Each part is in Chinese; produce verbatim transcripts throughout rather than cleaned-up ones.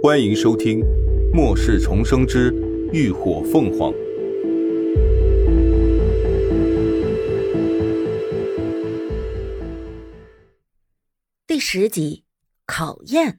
欢迎收听《末世重生之浴火凤凰》 第十集，考验。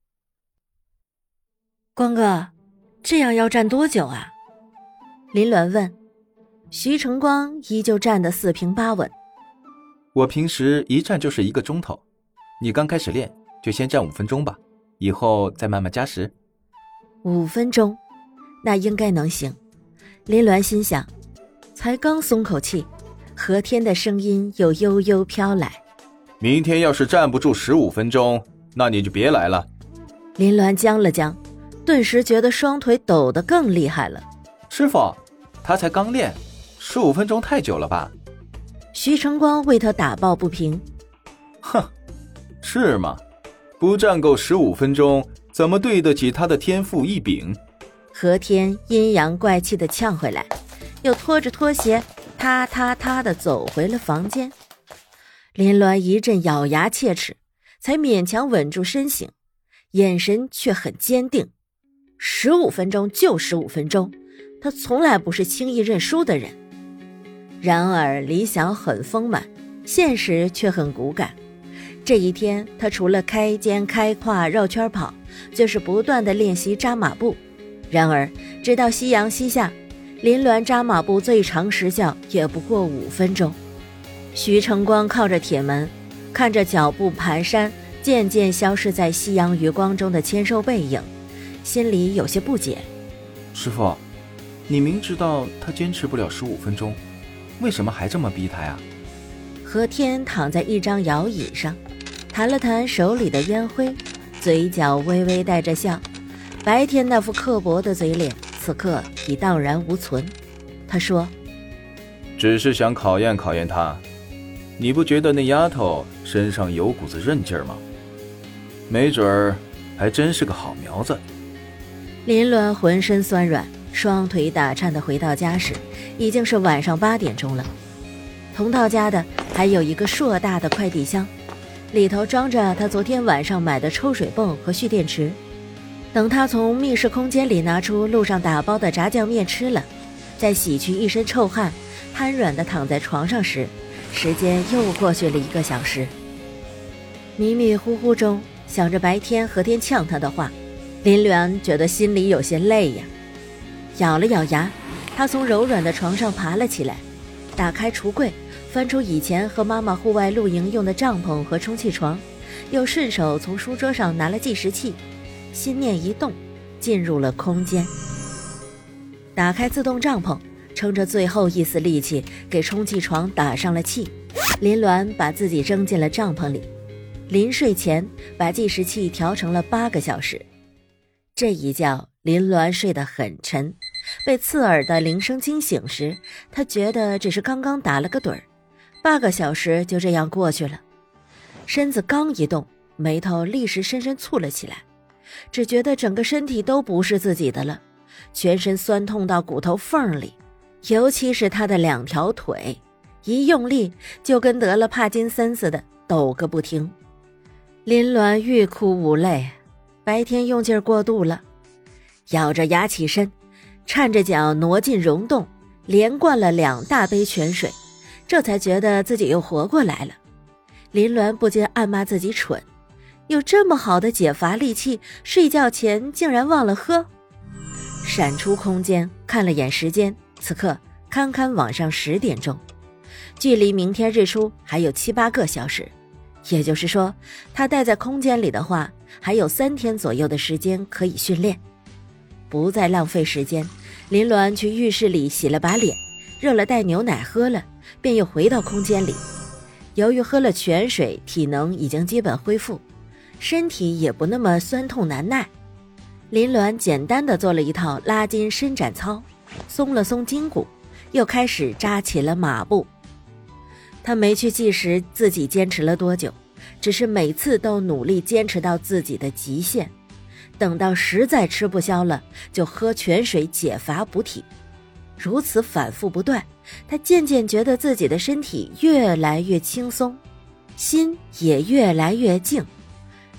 光哥，这样要站多久啊？林鸾问。徐成光依旧站得四平八稳。 我平时一站就是一个钟头，你刚开始练就先站五分钟吧，以后再慢慢加时。 五分钟，那应该能行。林鸾心想，才刚松口气，何天的声音又悠悠飘来。 明天要是站不住十五分钟，那你就别来了。 林鸾僵了僵，顿时觉得双腿抖得更厉害了。 师傅，他才刚练，十五分钟太久了吧？ 徐成光为他打抱不平。 哼，是吗？不站够十五分钟，怎么对得起他的天赋异禀？ 何天阴阳怪气地呛回来，又拖着拖鞋踏踏踏地走回了房间。林鸾一阵咬牙切齿，才勉强稳住身形，眼神却很坚定。十五分钟就十五分钟，他从来不是轻易认输的人。然而理想很丰满，现实却很骨感。这一天，他除了开肩开胯绕圈跑，就是不断地练习扎马步。然而直到夕阳西下，林鸾扎马步最长时效也不过五分钟。徐成光靠着铁门，看着脚步蹒跚渐渐消失在夕阳余光中的纤瘦背影，心里有些不解。 师傅，你明知道他坚持不了十五分钟，为什么还这么逼他呀？ 何天躺在一张摇椅上，弹了弹手里的烟灰，嘴角微微带着笑。白天那副刻薄的嘴脸此刻已荡然无存。他说， 只是想考验考验他，你不觉得那丫头身上有股子韧劲儿吗？没准儿还真是个好苗子。 林鸾浑身酸软，双腿打颤地回到家时，已经是晚上八点钟了。同到家的还有一个硕大的快递箱，里头装着他昨天晚上买的抽水泵和蓄电池。等他从密室空间里拿出路上打包的炸酱面吃了，再洗去一身臭汗，瘫软地躺在床上时，时间又过去了一个小时。迷迷糊糊中想着白天何天呛他的话，林鸾觉得心里有些累呀。咬了咬牙，他从柔软的床上爬了起来，打开橱柜，翻出以前和妈妈户外露营用的帐篷和充气床，又顺手从书桌上拿了计时器，心念一动，进入了空间。打开自动帐篷，撑着最后一丝力气给充气床打上了气。林鸾把自己扔进了帐篷里，临睡前把计时器调成了八个小时。这一觉林鸾睡得很沉，被刺耳的铃声惊醒时，他觉得只是刚刚打了个盹儿，八个小时就这样过去了。身子刚一动，眉头立时深深蹙了起来，只觉得整个身体都不是自己的了，全身酸痛到骨头缝里，尤其是他的两条腿，一用力就跟得了帕金森似的抖个不停。林鸾欲哭无泪，白天用劲过度了，咬着牙起身，颤着脚挪进溶洞，连灌了两大杯泉水，这才觉得自己又活过来了。林鸾不禁暗骂自己蠢，有这么好的解乏利器，睡觉前竟然忘了喝。闪出空间，看了眼时间，此刻堪堪晚上十点钟，距离明天日出还有七八个小时，也就是说，他待在空间里的话，还有三天左右的时间可以训练。不再浪费时间，林鸾去浴室里洗了把脸，热了袋牛奶喝了，便又回到空间里。由于喝了泉水，体能已经基本恢复，身体也不那么酸痛难耐。林鸾简单的做了一套拉筋伸展操，松了松筋骨，又开始扎起了马步。他没去计时自己坚持了多久，只是每次都努力坚持到自己的极限，等到实在吃不消了，就喝泉水解乏补体。如此反复不断，他渐渐觉得自己的身体越来越轻松，心也越来越静，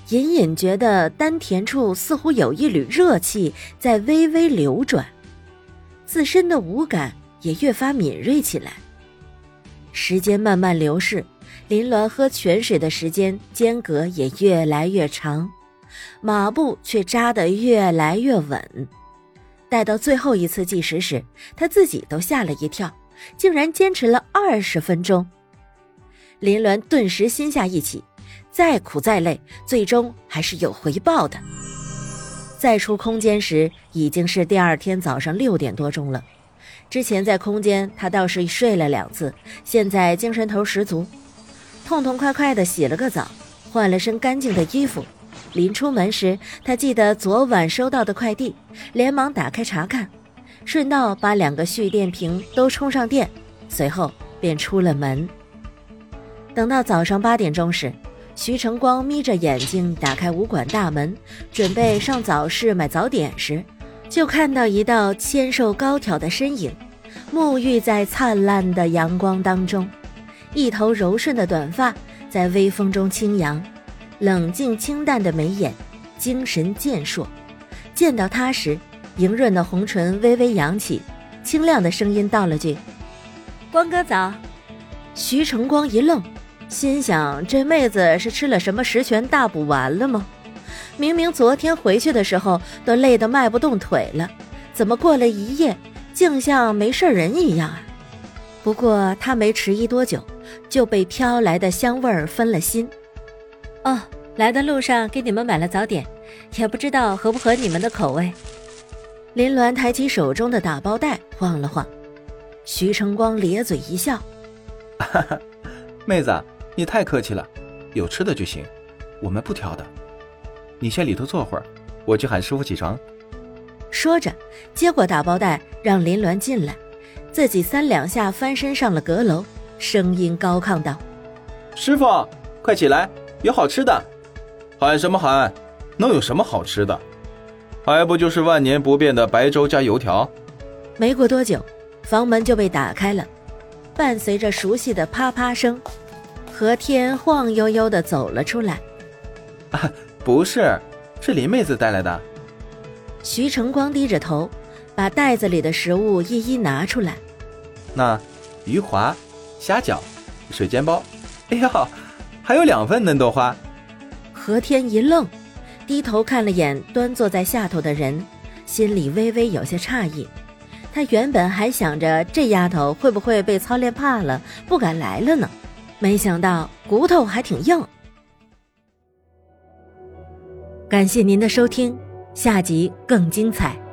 隐隐觉得丹田处似乎有一缕热气在微微流转，自身的五感也越发敏锐起来。时间慢慢流逝，林鸾喝泉水的时间间隔也越来越长，马步却扎得越来越稳。待到最后一次计时时，他自己都吓了一跳，竟然坚持了二十分钟。林鸾顿时心下一起，再苦再累，最终还是有回报的。再出空间时，已经是第二天早上六点多钟了。之前在空间他倒是睡了两次，现在精神头十足，痛痛快快地洗了个澡，换了身干净的衣服。临出门时，他记得昨晚收到的快递，连忙打开查看，顺道把两个蓄电瓶都充上电，随后便出了门。等到早上八点钟时，徐成光眯着眼睛打开武馆大门，准备上早市买早点时，就看到一道纤瘦高挑的身影沐浴在灿烂的阳光当中，一头柔顺的短发在微风中轻扬，冷静清淡的眉眼，精神健硕。见到他时，莹润的红唇微微扬起，清亮的声音道了句：光哥早。徐成光一愣，心想这妹子是吃了什么十全大补丸了吗？明明昨天回去的时候都累得迈不动腿了，怎么过了一夜竟像没事人一样啊？不过他没迟疑多久，就被飘来的香味儿分了心。哦，来的路上给你们买了早点，也不知道合不合你们的口味。林鸾抬起手中的打包袋晃了晃，徐成光咧嘴一笑： 哈哈，妹子你太客气了，有吃的就行，我们不挑的。你先里头坐会儿，我去喊师傅起床。 说着接过打包袋让林鸾进来，自己三两下翻身上了阁楼，声音高亢道： 师傅快起来，有好吃的。喊什么喊，能有什么好吃的？还不就是万年不变的白粥加油条。 没过多久，房门就被打开了，伴随着熟悉的啪啪声，何天晃悠悠地走了出来。 啊，不是，是林妹子带来的。 徐成光低着头，把袋子里的食物一一拿出来。 那鱼滑、虾饺、水煎包，哎呦，还有两份嫩豆花。 何天一愣，低头看了眼端坐在下头的人，心里微微有些诧异。他原本还想着这丫头会不会被操练怕了，不敢来了呢，没想到骨头还挺硬。感谢您的收听，下集更精彩。